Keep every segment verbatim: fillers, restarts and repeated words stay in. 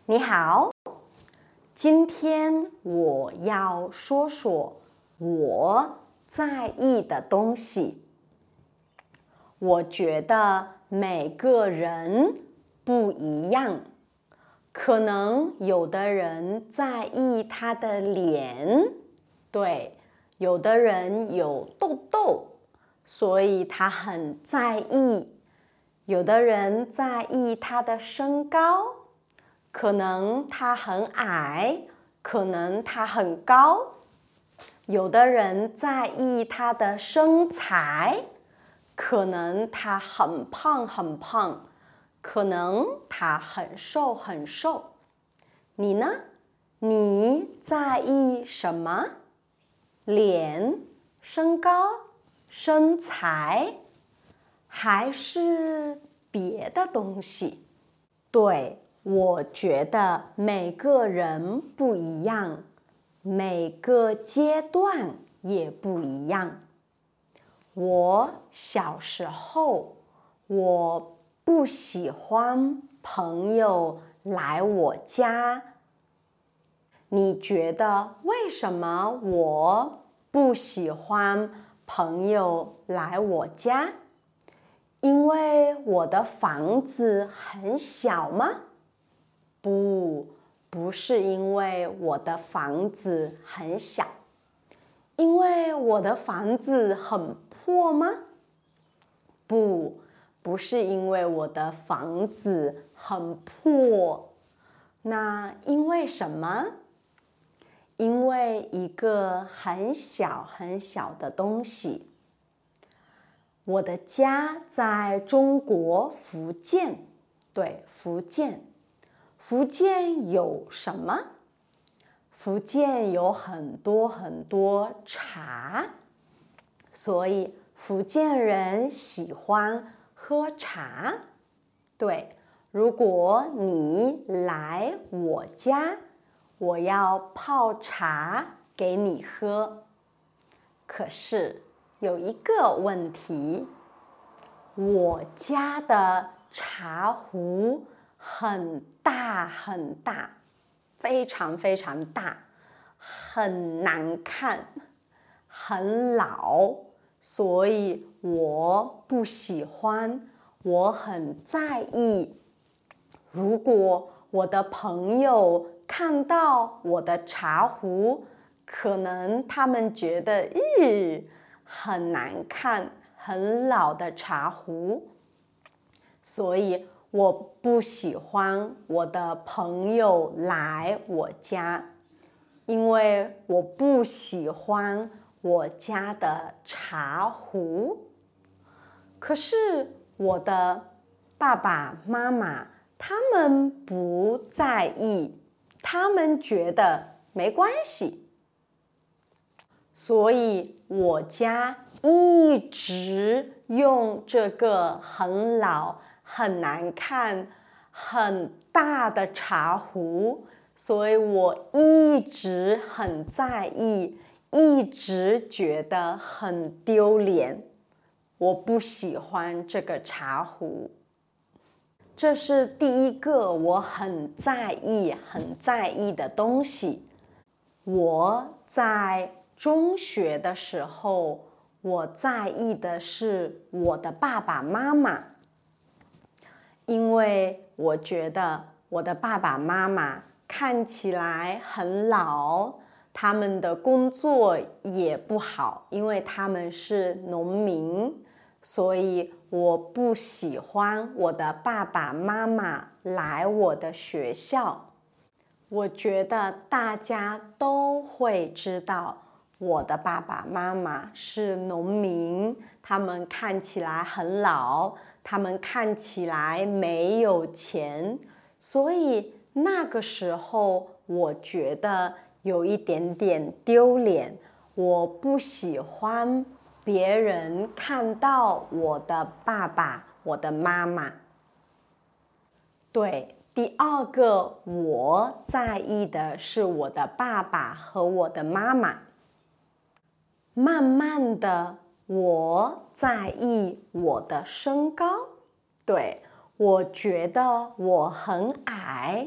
你好，今天我要说说我在意的东西。我觉得每个人不一样，可能有的人在意他的脸，对，有的人有痘痘，所以他很在意。有的人在意他的身高，可能他很矮，可能他很高。有的人在意他的身材，可能他很胖很胖，可能他很瘦很瘦。你呢？你在意什么？脸、身高、身材，还是别的东西？对，我觉得每个人不一样，每个阶段也不一样。我小时候，我不喜欢朋友来我家。你觉得为什么我不喜欢朋友来我家？因为我的房子很小吗？不，不是因为我的房子很小。因为我的房子很破吗？不，不是因为我的房子很破。那因为什么？因为一个很小很小的东西。我的家在中国福建，对，福建。福建有什么？福建有很多很多茶，所以福建人喜欢喝茶。对，如果你来我家，我要泡茶给你喝。可是有一个问题，我家的茶壶很大很大，非常非常大，很难看，很老，所以我不喜欢，我很在意。如果我的朋友看到我的茶壶，可能他们觉得，咦，很难看，很老的茶壶，所以我不喜欢我的朋友来我家，因为我不喜欢我家的茶壶。可是我的爸爸妈妈他们不在意，他们觉得没关系。所以我家一直用这个很老、很难看、很大的茶壶，所以我一直很在意，一直觉得很丢脸。我不喜欢这个茶壶。这是第一个我很在意、很在意的东西。我在中学的时候，我在意的是我的爸爸妈妈，因为我觉得我的爸爸妈妈看起来很老，他们的工作也不好，因为他们是农民，所以我不喜欢我的爸爸妈妈来我的学校。我觉得大家都会知道我的爸爸妈妈是农民，他们看起来很老，他们看起来没有钱，所以那个时候我觉得有一点点丢脸，我不喜欢别人看到我的爸爸、我的妈妈。对。第二个我在意的是我的爸爸和我的妈妈。慢慢的，我在意我的身高。对，我觉得我很矮，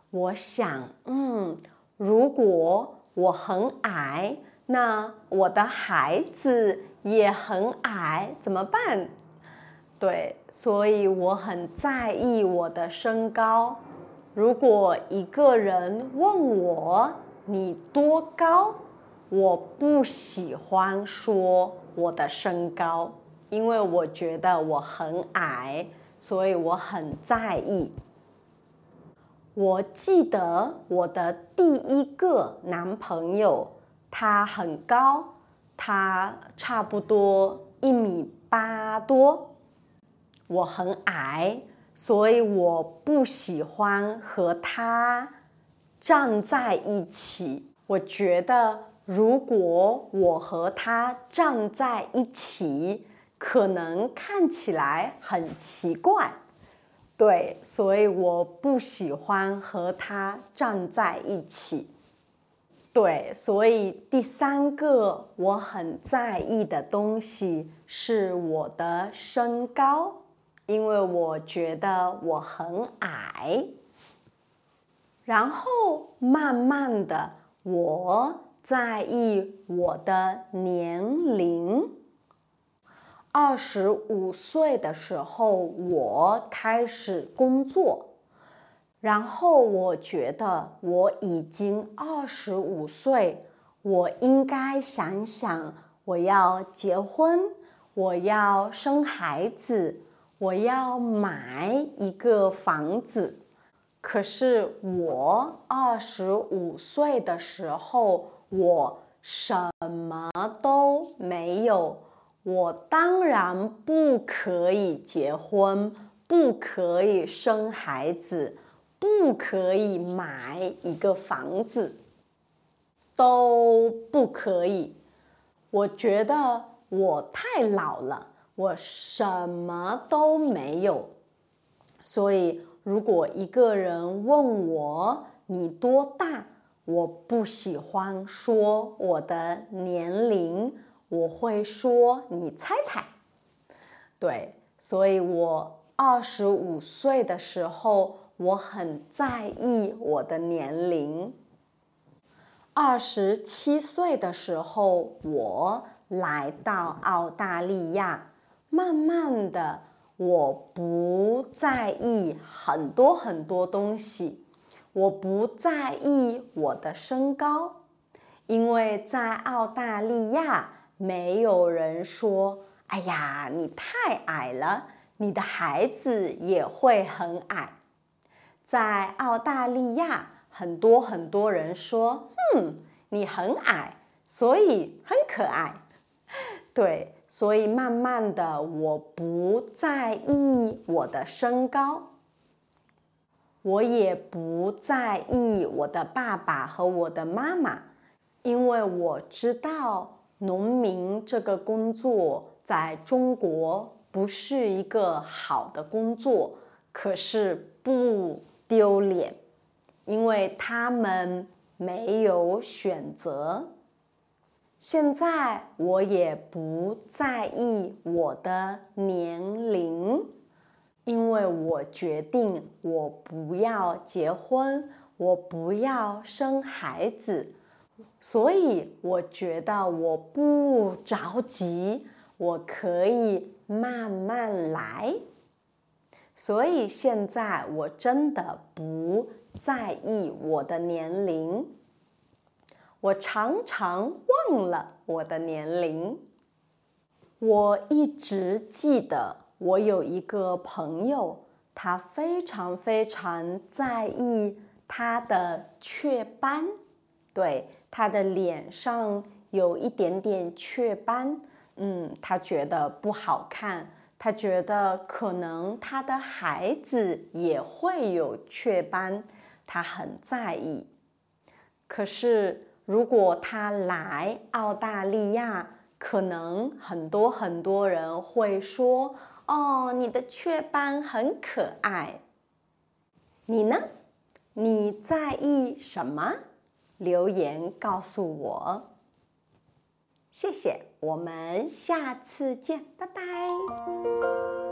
我想，嗯，如果我很矮，那我的孩子也很矮，怎么办？对，所以我很在意我的身高。如果一个人问我你多高，我不喜欢说我的身高，因为我觉得我很矮，所以我很在意。我记得我的第一个男朋友，他很高，他差不多一米八多，我很矮，所以我不喜欢和他站在一起。我觉得如果我和他站在一起，可能看起来很奇怪。对，所以我不喜欢和他站在一起。对，所以第三个我很在意的东西是我的身高，因为我觉得我很矮。然后慢慢的，我在意我的年龄。二十五岁的时候，我开始工作，然后我觉得我已经二十五岁，我应该想想，我要结婚，我要生孩子，我要买一个房子。可是我二十五岁的时候，我什么都没有。我当然不可以结婚，不可以生孩子，不可以买一个房子，都不可以。我觉得我太老了，我什么都没有。所以如果一个人问我你多大，我不喜欢说我的年龄，我会说你猜猜。对，所以我二十五岁的时候，我很在意我的年龄。二十七岁的时候，我来到澳大利亚，慢慢的，我不在意很多很多东西，我不在意我的身高，因为在澳大利亚没有人说，哎呀，你太矮了，你的孩子也会很矮。在澳大利亚，很多很多人说，嗯，你很矮，所以很可爱。对，所以慢慢的，我不在意我的身高，我也不在意我的爸爸和我的妈妈，因为我知道农民这个工作在中国不是一个好的工作，可是不丢脸，因为他们没有选择。现在我也不在意我的年龄，因为我决定我不要结婚，我不要生孩子，所以我觉得我不着急，我可以慢慢来。所以现在我真的不在意我的年龄，我常常忘了我的年龄。我一直记得我有一个朋友，他非常非常在意他的雀斑，对，他的脸上有一点点雀斑，嗯，他觉得不好看，他觉得可能他的孩子也会有雀斑，他很在意。可是如果他来澳大利亚，可能很多很多人会说，哦，你的雀斑很可爱。你呢？你在意什么？留言告诉我。谢谢，我们下次见，拜拜。